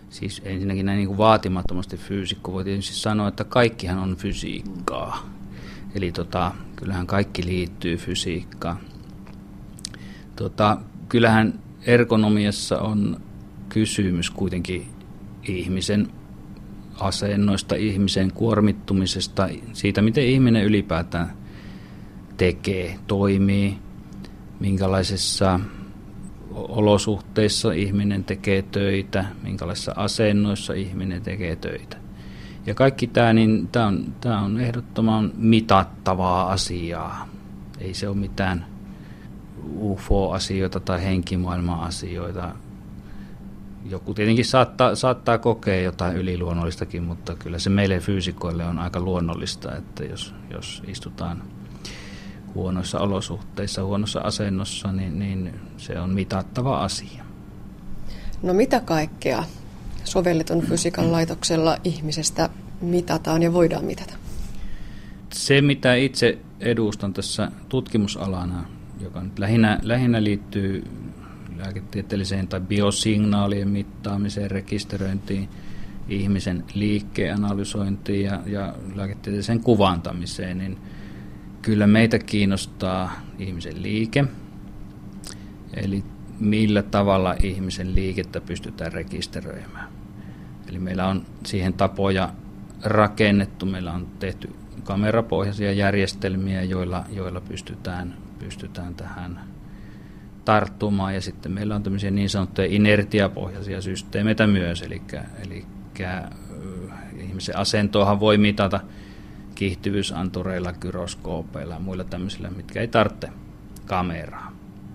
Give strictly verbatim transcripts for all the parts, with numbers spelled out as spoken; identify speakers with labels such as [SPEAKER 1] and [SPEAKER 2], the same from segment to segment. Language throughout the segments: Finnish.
[SPEAKER 1] Siis ensinnäkin näin niin kuin vaatimattomasti fyysikko voi tietysti sanoa, että kaikkihan on fysiikkaa. Eli tota, kyllähän kaikki liittyy fysiikkaan. Tota, kyllähän ergonomiassa on kysymys kuitenkin ihmisen asennoista, ihmisen kuormittumisesta, siitä miten ihminen ylipäätään tekee, toimii, minkälaisissa olosuhteissa ihminen tekee töitä, minkälaisissa asennoissa ihminen tekee töitä. Ja kaikki tämä, niin tämä on, tämä on ehdottoman mitattavaa asiaa. Ei se ole mitään U F O-asioita tai henkimaailma-asioita. Joku tietenkin saattaa, saattaa kokea jotain yliluonnollistakin, mutta kyllä se meille fyysikoille on aika luonnollista, että jos, jos istutaan huonoissa olosuhteissa, huonossa asennossa, niin, niin se on mitattava asia.
[SPEAKER 2] No mitä kaikkea sovelletun fysiikan laitoksella ihmisestä mitataan ja voidaan mitata?
[SPEAKER 1] Se, mitä itse edustan tässä tutkimusalana, joka nyt lähinnä, lähinnä liittyy lääketieteelliseen tai biosignaalien mittaamiseen, rekisteröintiin, ihmisen liikkeen analysointiin ja, ja lääketieteelliseen kuvantamiseen, niin kyllä meitä kiinnostaa ihmisen liike, eli millä tavalla ihmisen liikettä pystytään rekisteröimään. Eli meillä on siihen tapoja rakennettu, meillä on tehty kamerapohjaisia järjestelmiä, joilla, joilla pystytään, pystytään tähän tarttumaan, ja sitten meillä on tämmöisiä niin sanottuja inertiapohjaisia systeemeitä myös, eli, eli ihmisen asentoahan voi mitata kiihtyvyysantureilla, gyroskoopeilla ja muilla tämmöisillä, mitkä ei tarvitse kameraa.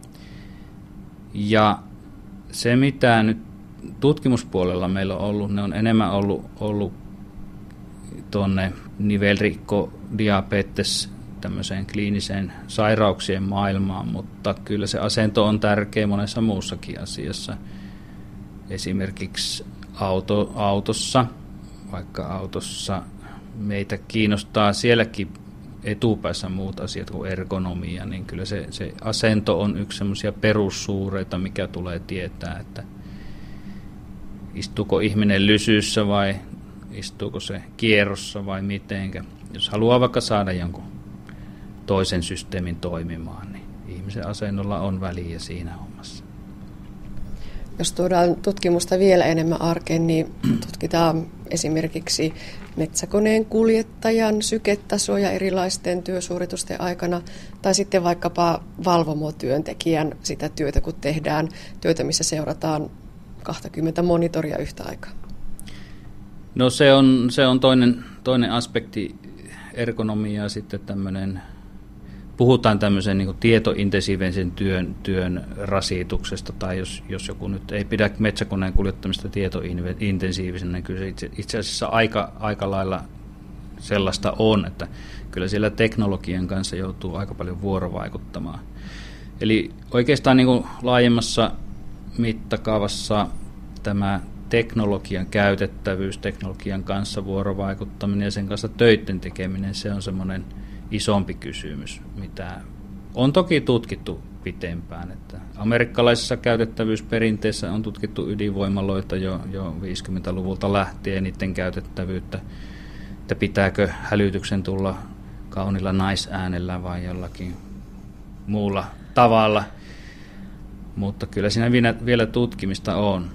[SPEAKER 1] Ja se, mitä nyt tutkimuspuolella meillä on ollut, ne on enemmän ollut, ollut tuonne nivelrikko-diabetes, tämmöiseen kliiniseen sairauksien maailmaan, mutta kyllä se asento on tärkeä monessa muussakin asiassa. Esimerkiksi auto, autossa, vaikka autossa meitä kiinnostaa sielläkin etupäässä muut asiat kuin ergonomia, niin kyllä se, se asento on yksi semmoisia perussuureita, mikä tulee tietää, että istuuko ihminen lysyssä vai istuuko se kierrossa vai mitenkä. Jos haluaa vaikka saada jonkun toisen systeemin toimimaan, niin ihmisen asennolla on väliä siinä hommassa.
[SPEAKER 2] Jos tuodaan tutkimusta vielä enemmän arkeen, niin tutkitaan esimerkiksi metsäkoneen kuljettajan syketasoja erilaisten työsuoritusten aikana, tai sitten vaikkapa valvomotyöntekijän sitä työtä, kun tehdään työtä, missä seurataan kaksikymmentä monitoria yhtä aikaa.
[SPEAKER 1] No se on, se on toinen, toinen aspekti ergonomiaa, sitten tämmöinen, puhutaan tämmöisen niin kuin tietointensiivisen työn, työn rasituksesta, tai jos, jos joku nyt ei pidä metsäkoneen kuljettamista tietointensiivisenä, niin kyllä se itse, itse asiassa aika, aika lailla sellaista on, että kyllä siellä teknologian kanssa joutuu aika paljon vuorovaikuttamaan. Eli oikeastaan niin kuin laajemmassa mittakaavassa tämä teknologian käytettävyys, teknologian kanssa vuorovaikuttaminen ja sen kanssa töiden tekeminen, se on semmoinen isompi kysymys, mitä on toki tutkittu pitempään. Että amerikkalaisessa käytettävyysperinteessä on tutkittu ydinvoimaloita jo, jo viisikymmentäluvulta lähtien, niiden käytettävyyttä, että pitääkö hälytyksen tulla kaunilla naisäänellä vai jollakin muulla tavalla. Mutta kyllä siinä vielä tutkimista on.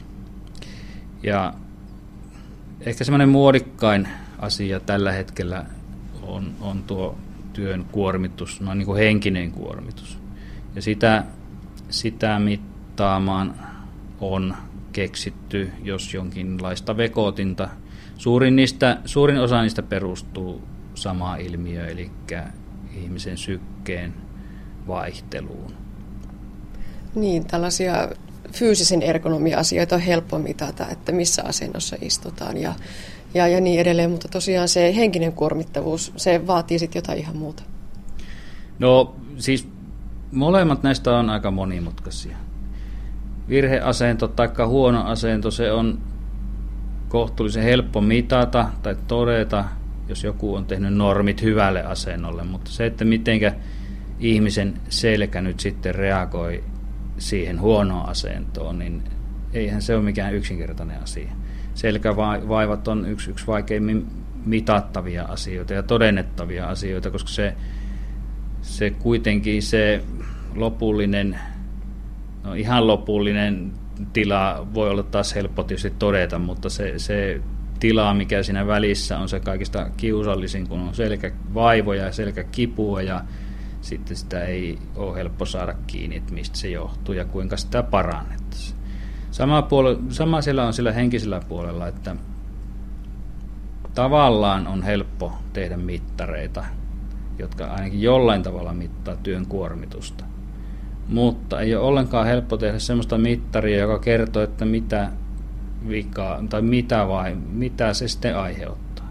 [SPEAKER 1] Ja ehkä semmoinen muodikkain asia tällä hetkellä on, on tuo työn kuormitus, no niin kuin henkinen kuormitus. Ja sitä, sitä mittaamaan on keksitty, jos jonkinlaista vekotinta. Suurin, niistä, suurin osa niistä perustuu samaan ilmiöön, eli ihmisen sykkeen vaihteluun.
[SPEAKER 2] Niin, tällaisia fyysisen ergonomia-asioita on helppo mitata, että missä asennossa istutaan ja, ja, ja niin edelleen, mutta tosiaan se henkinen kuormittavuus, se vaatii sitten jotain ihan muuta.
[SPEAKER 1] No siis molemmat näistä on aika monimutkaisia. Virheasento tai huono asento, se on kohtuullisen helppo mitata tai todeta, jos joku on tehnyt normit hyvälle asennolle, mutta se, että mitenkä ihmisen selkä nyt sitten reagoi siihen huonoon asentoon, niin eihän se ole mikään yksinkertainen asia. Selkävaivat on yksi, yksi vaikeimmin mitattavia asioita ja todennettavia asioita, koska se, se kuitenkin se lopullinen, no ihan lopullinen tila voi olla taas helppo tietysti todeta, mutta se, se tila, mikä siinä välissä on se kaikista kiusallisin, kun on selkävaivoja ja selkäkipua ja sitten sitä ei ole helppo saada kiinni, että mistä se johtuu ja kuinka sitä parannettaisiin. Sama, puole, sama siellä on sillä henkisellä puolella, että tavallaan on helppo tehdä mittareita, jotka ainakin jollain tavalla mittaa työn kuormitusta. Mutta ei ole ollenkaan helppo tehdä sellaista mittaria, joka kertoo, että mitä vikaa tai mitä, vai, mitä se sitten aiheuttaa.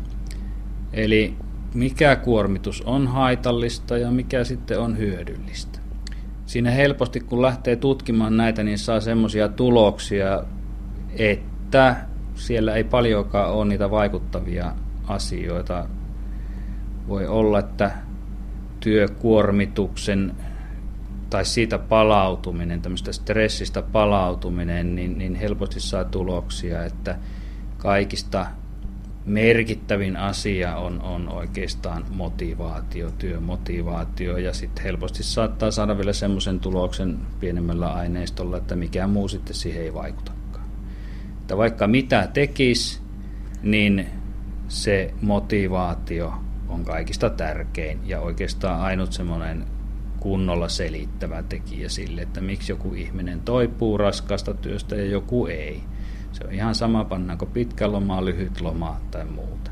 [SPEAKER 1] Eli mikä kuormitus on haitallista ja mikä sitten on hyödyllistä. Siinä helposti, kun lähtee tutkimaan näitä, niin saa semmoisia tuloksia, että siellä ei paljonkaan ole niitä vaikuttavia asioita. Voi olla, että työkuormituksen tai siitä palautuminen, tämmöistä stressistä palautuminen, niin, niin helposti saa tuloksia, että kaikista merkittävin asia on, on oikeastaan motivaatio, työmotivaatio, ja sitten helposti saattaa saada vielä semmoisen tuloksen pienemmällä aineistolla, että mikään muu sitten siihen ei vaikutakaan. Että vaikka mitä tekisi, niin se motivaatio on kaikista tärkein ja oikeastaan ainut semmoinen kunnolla selittävä tekijä sille, että miksi joku ihminen toipuu raskaasta työstä ja joku ei. Se on ihan sama, pannaanko pitkä loma, lyhyt loma tai muuta.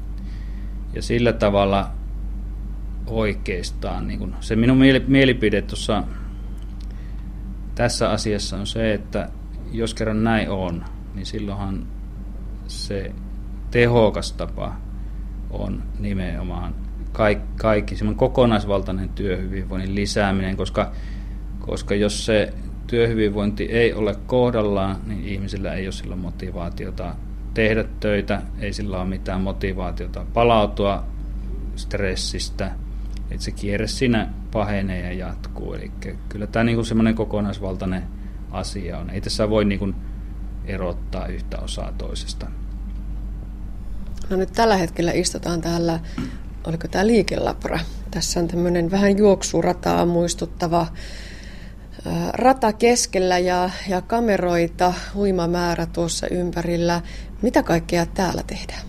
[SPEAKER 1] Ja sillä tavalla oikeastaan, niin kun se minun mielipide tuossa tässä asiassa on se, että jos kerran näin on, niin silloinhan se tehokas tapa on nimenomaan kaikki, kaikki semmoinen kokonaisvaltainen työhyvinvoinnin lisääminen, koska, koska jos se työhyvinvointi ei ole kohdallaan, niin ihmisillä ei ole silloin motivaatiota tehdä töitä, ei sillä ole mitään motivaatiota palautua stressistä, että se kierre siinä pahenee ja jatkuu. Eli kyllä tämä niin semmoinen kokonaisvaltainen asia on. Ei tässä voi niin kuin erottaa yhtä osaa toisesta.
[SPEAKER 2] No nyt tällä hetkellä istutaan täällä, oliko tämä liikelabra? Tässä on tämmöinen vähän juoksurataa muistuttava rata keskellä ja, ja kameroita, huimamäärä tuossa ympärillä. Mitä kaikkea täällä tehdään?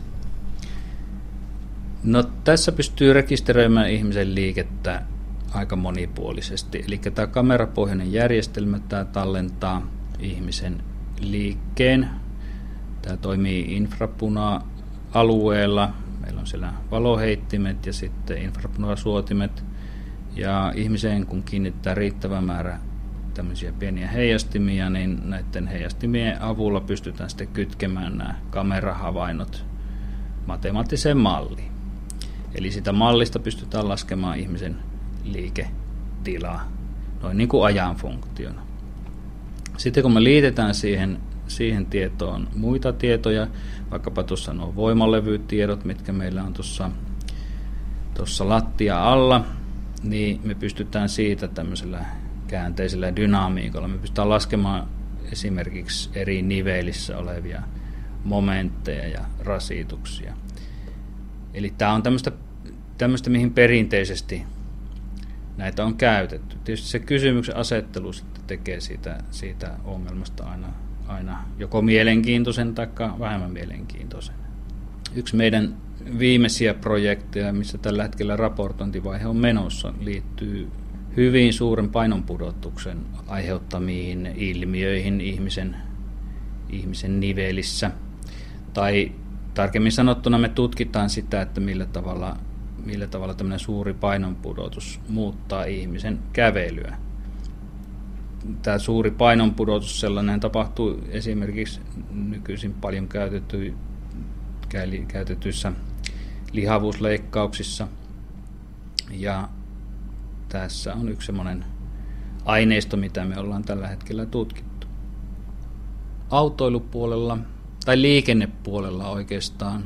[SPEAKER 1] No tässä pystyy rekisteröimään ihmisen liikettä aika monipuolisesti. Eli tämä kamerapohjainen järjestelmä, tämä tallentaa ihmisen liikkeen. Tämä toimii infrapuna-alueella. Meillä on siellä valoheittimet ja sitten infrapunasuotimet. Ja ihmiseen kun kiinnittää riittävä määrä tämmöisiä pieniä heijastimia, niin näiden heijastimien avulla pystytään sitten kytkemään nämä kamerahavainnot matemaattiseen malliin. Eli sitä mallista pystytään laskemaan ihmisen liiketilaa noin niin kuin ajan funktiona. Sitten kun me liitetään siihen, siihen tietoon muita tietoja, vaikkapa tuossa nuo voimalevytiedot, mitkä meillä on tuossa, tuossa lattia alla, niin me pystytään siitä tämmöisellä käänteisellä dynamiikalla, me pystytään laskemaan esimerkiksi eri nivelissä olevia momentteja ja rasituksia. Eli tämä on tämmöistä, tämmöistä, mihin perinteisesti näitä on käytetty. Tietysti se kysymyksen asettelu sitten tekee siitä, siitä ongelmasta aina, aina joko mielenkiintoisen tai vähemmän mielenkiintoisen. Yksi meidän viimeisiä projekteja, missä tällä hetkellä raportointivaihe on menossa, liittyy hyvin suuren painonpudotuksen aiheuttamiin ilmiöihin ihmisen, ihmisen nivelissä. Tai tarkemmin sanottuna me tutkitaan sitä, että millä tavalla, millä tavalla tämmöinen suuri painonpudotus muuttaa ihmisen kävelyä. Tämä suuri painonpudotus sellainen tapahtuu esimerkiksi nykyisin paljon käytetty, käytetyissä lihavuusleikkauksissa. Ja tässä on yksi semmoinen aineisto, mitä me ollaan tällä hetkellä tutkittu. Autoilupuolella tai liikennepuolella oikeastaan,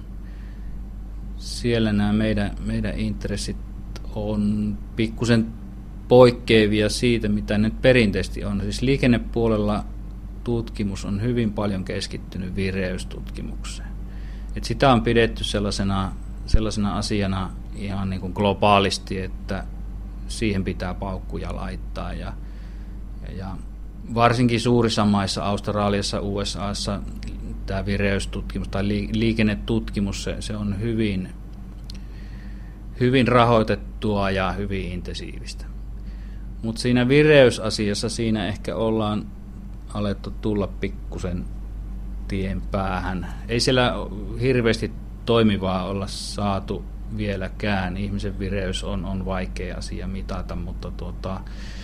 [SPEAKER 1] siellä nämä meidän, meidän intressit on pikkusen poikkeavia siitä, mitä nyt perinteisesti on. Siis liikennepuolella tutkimus on hyvin paljon keskittynyt vireystutkimukseen. Et sitä on pidetty sellaisena, sellaisena asiana ihan niin kuin globaalisti, että siihen pitää paukkuja laittaa. Ja, ja varsinkin suurissa maissa, Australiassa, U S A:ssa, tämä vireystutkimus tai liikennetutkimus, se, se on hyvin, hyvin rahoitettua ja hyvin intensiivistä. Mutta siinä vireysasiassa siinä ehkä ollaan alettu tulla pikkusen tien päähän. Ei siellä hirveästi toimivaa olla saatu vieläkään. Ihmisen vireys on, on vaikea asia mitata, mutta tuota,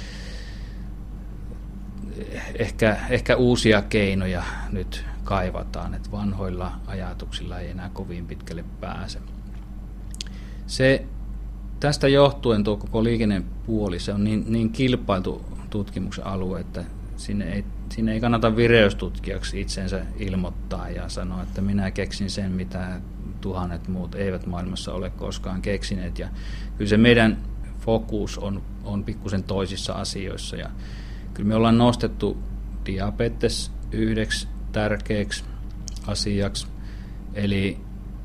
[SPEAKER 1] ehkä, ehkä uusia keinoja nyt kaivataan, että vanhoilla ajatuksilla ei enää kovin pitkälle pääse. Se, tästä johtuen tuo koko liikennepuoli, se on niin, niin kilpailtu tutkimuksen alue, että sinne ei, sinne ei kannata vireystutkijaksi itsensä ilmoittaa ja sanoa, että minä keksin sen, mitä tuhannet muut eivät maailmassa ole koskaan keksineet. Ja kyllä se meidän fokus on, on pikkusen toisissa asioissa. Ja kyllä me ollaan nostettu diabetes yhdeksi tärkeäksi asiaksi, eli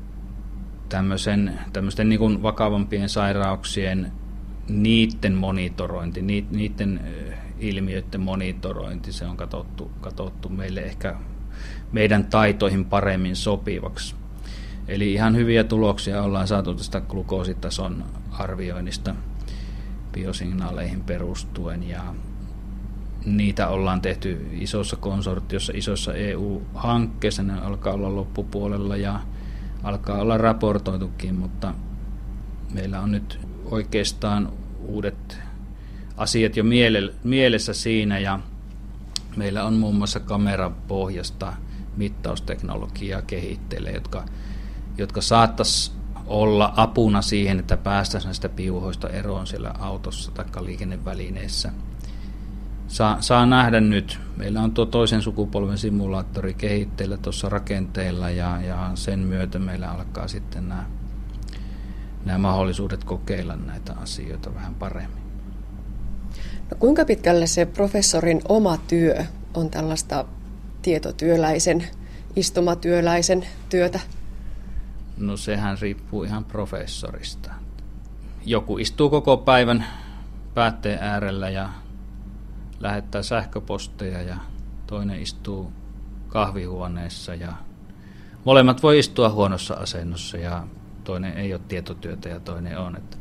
[SPEAKER 1] tämmöisen, tämmöisten niin kuin vakavampien sairauksien niiden monitorointi, niiden ilmiöiden monitorointi, se on katsottu, katsottu meille ehkä meidän taitoihin paremmin sopivaksi. Eli ihan hyviä tuloksia ollaan saatu tästä glukoositason arvioinnista biosignaaleihin perustuen, ja niitä ollaan tehty isossa konsortiossa, isossa E U-hankkeessa, ne alkaa olla loppupuolella ja alkaa olla raportoitukin, mutta meillä on nyt oikeastaan uudet asiat jo mielessä siinä, ja meillä on muun muassa kamerapohjasta mittausteknologiaa kehitteille, jotka, jotka saattaisi olla apuna siihen, että päästäisiin näistä piuhoista eroon siellä autossa tai liikennevälineessä. Saa, saa nähdä nyt. Meillä on tuo toisen sukupolven simulaattori kehitteillä tuossa rakenteella, ja, ja sen myötä meillä alkaa sitten nämä, nämä mahdollisuudet kokeilla näitä asioita vähän paremmin.
[SPEAKER 2] No, kuinka pitkälle se professorin oma työ on tällaista tietotyöläisen, istumatyöläisen työtä?
[SPEAKER 1] No sehän riippuu ihan professorista. Joku istuu koko päivän päätteen äärellä ja lähettää sähköposteja, ja toinen istuu kahvihuoneessa, ja molemmat voi istua huonossa asennossa, ja toinen ei ole tietotyötä ja toinen on. Että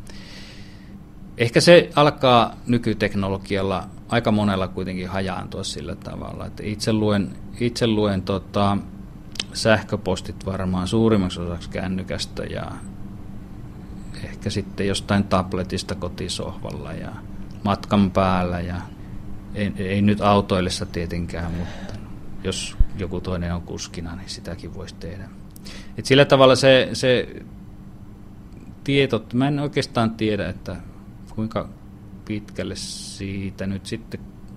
[SPEAKER 1] ehkä se alkaa nykyteknologialla aika monella kuitenkin hajaantua sillä tavalla, että itse luen, itse luen tota, sähköpostit varmaan suurimmaksi osaksi kännykästä ja ehkä sitten jostain tabletista kotisohvalla ja matkan päällä, ja ei, ei nyt autoillessa tietenkään, mutta jos joku toinen on kuskina, niin sitäkin voisi tehdä. Et sillä tavalla se, se tieto, mä en oikeastaan tiedä, että kuinka pitkälle siitä nyt sitten,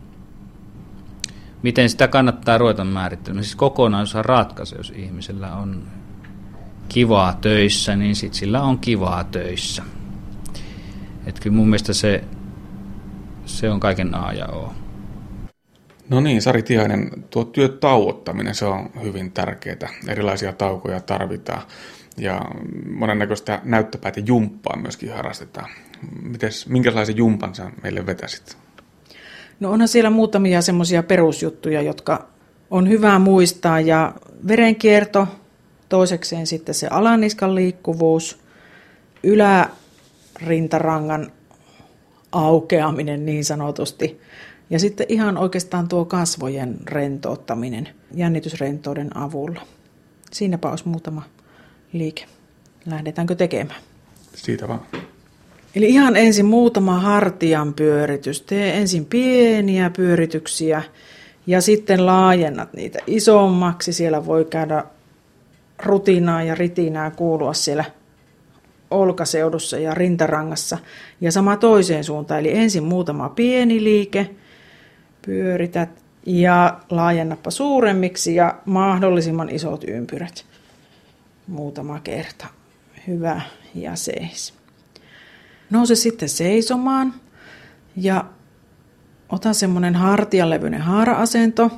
[SPEAKER 1] miten sitä kannattaa ruveta määrittelemään. Siis kokonaisuus ratkaisee, jos ihmisellä on kivaa töissä, niin sit sillä on kivaa töissä. Et kyllä mun mielestä se, se on kaiken A ja O.
[SPEAKER 3] No niin, Sari Tiainen, tuo työtauottaminen, se on hyvin tärkeää. Erilaisia taukoja tarvitaan ja monennäköistä näyttöpäät ja jumppaa myöskin harrastetaan. Mites, minkälaisen jumpan sä meille vetäsit?
[SPEAKER 4] No onhan siellä muutamia semmoisia perusjuttuja, jotka on hyvä muistaa, ja verenkierto, toisekseen sitten se alaniskan liikkuvuus, ylärintarangan aukeaminen niin sanotusti, ja sitten ihan oikeastaan tuo kasvojen rentouttaminen jännitysrentouden avulla. Siinäpä olisi muutama liike. Lähdetäänkö tekemään?
[SPEAKER 3] Siitä vaan.
[SPEAKER 4] Eli ihan ensin muutama hartian pyöritys. Tee ensin pieniä pyörityksiä ja sitten laajennat niitä isommaksi. Siellä voi käydä rutinaa ja ritinää kuulua siellä olkaseudussa ja rintarangassa. Ja sama toiseen suuntaan. Eli ensin muutama pieni liike, pyörität ja laajennappa suuremmiksi ja mahdollisimman isot ympyrät. Muutama kerta. Hyvä, ja seis. Nouse sitten seisomaan ja ota semmoinen hartianlevyinen haara-asento.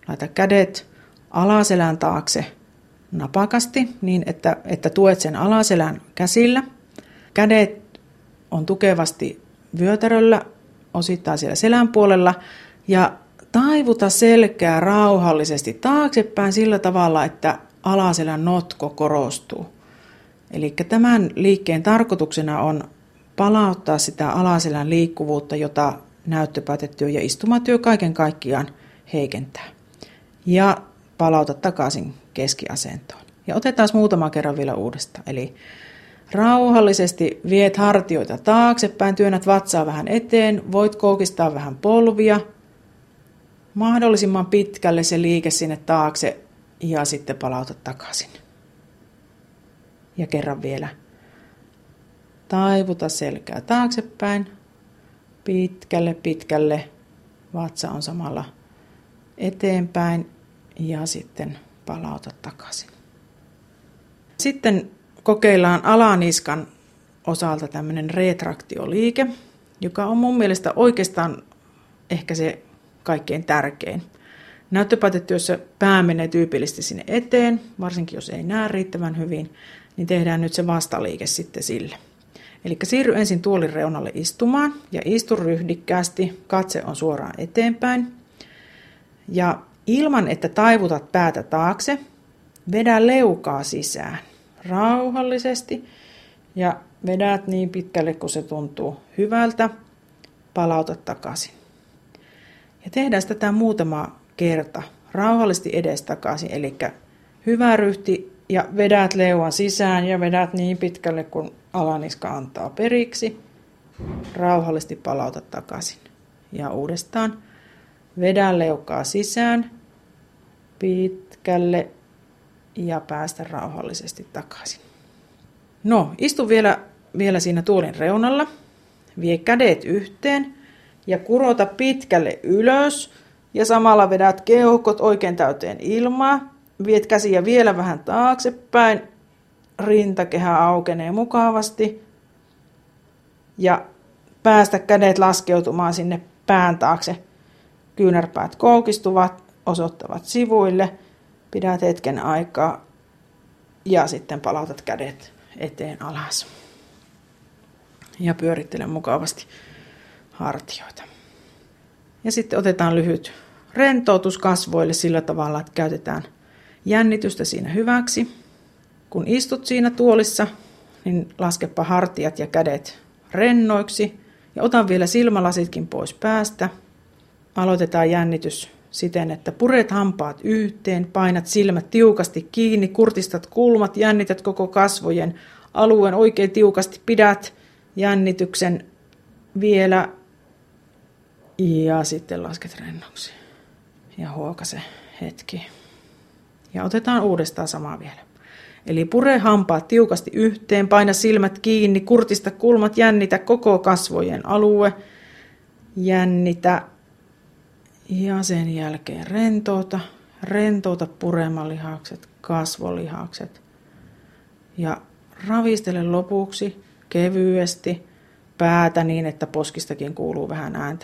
[SPEAKER 4] Laita kädet alaselän taakse napakasti niin, että, että tuet sen alaselän käsillä. Kädet on tukevasti vyötäröllä, osittain siellä selän puolella ja taivuta selkää rauhallisesti taaksepäin sillä tavalla, että alaselän notko korostuu. Eli tämän liikkeen tarkoituksena on palauttaa sitä alaselän liikkuvuutta, jota näyttöpäätetyö ja istumatyö kaiken kaikkiaan heikentää. Ja palauta takaisin keskiasentoon. Ja otetaan muutama kerran vielä uudestaan. Eli rauhallisesti viet hartioita taaksepäin, työnnät vatsaa vähän eteen, voit koukistaa vähän polvia. Mahdollisimman pitkälle se liike sinne taakse ja sitten palauta takaisin. Ja kerran vielä. Taivuta selkää taaksepäin, pitkälle, pitkälle. Vatsa on samalla eteenpäin ja sitten palauta takaisin. Sitten kokeillaan alaniskan osalta tämmöinen retraktioliike, joka on mun mielestä oikeastaan ehkä se kaikkein tärkein. Näyttöpäätetyössä pää menee tyypillisesti sinne eteen, varsinkin jos ei näe riittävän hyvin, niin tehdään nyt se vastaliike sitten sille. Eli siirry ensin tuolin reunalle istumaan ja istu ryhdikkäästi, katse on suoraan eteenpäin. Ja ilman, että taivutat päätä taakse, vedä leukaa sisään rauhallisesti ja vedät niin pitkälle, kun se tuntuu hyvältä, palauta takaisin. Ja tehdään tätä muutama kerta rauhallisesti edestakaisin, eli hyvä ryhti ja vedät leuan sisään ja vedät niin pitkälle, kun alaniska antaa periksi. Rauhallisesti palauta takaisin. Ja uudestaan vedä leukaa sisään pitkälle ja päästä rauhallisesti takaisin. No, istu vielä, vielä siinä tuolin reunalla. Vie kädet yhteen ja kurota pitkälle ylös. Ja samalla vedät keuhkot oikein täyteen ilmaa. Viet käsiä vielä vähän taaksepäin. Rintakehä aukenee mukavasti. Ja päästä kädet laskeutumaan sinne pään taakse. Kyynärpäät koukistuvat, osoittavat sivuille. Pidät hetken aikaa ja sitten palautat kädet eteen alas. Ja pyörittele mukavasti hartioita. Ja sitten otetaan lyhyt rentoutus kasvoille sillä tavalla, että käytetään jännitystä siinä hyväksi. Kun istut siinä tuolissa, niin laskepa hartiat ja kädet rennoiksi. Ja otan vielä silmälasitkin pois päästä. Aloitetaan jännitys siten, että puret hampaat yhteen, painat silmät tiukasti kiinni, kurtistat kulmat, jännität koko kasvojen alueen oikein tiukasti, pidät jännityksen vielä ja sitten lasket rennoksi ja huokase hetki. Ja otetaan uudestaan sama vielä. Eli pure hampaat tiukasti yhteen, paina silmät kiinni, kurtista kulmat, jännitä koko kasvojen alue, jännitä ja sen jälkeen rentouta, rentouta puremalihakset, kasvolihakset ja ravistele lopuksi kevyesti päätä niin, että poskistakin kuuluu vähän ääntä.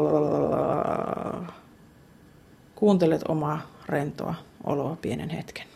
[SPEAKER 4] Kuuntelet omaa rentoa oloa pienen hetken.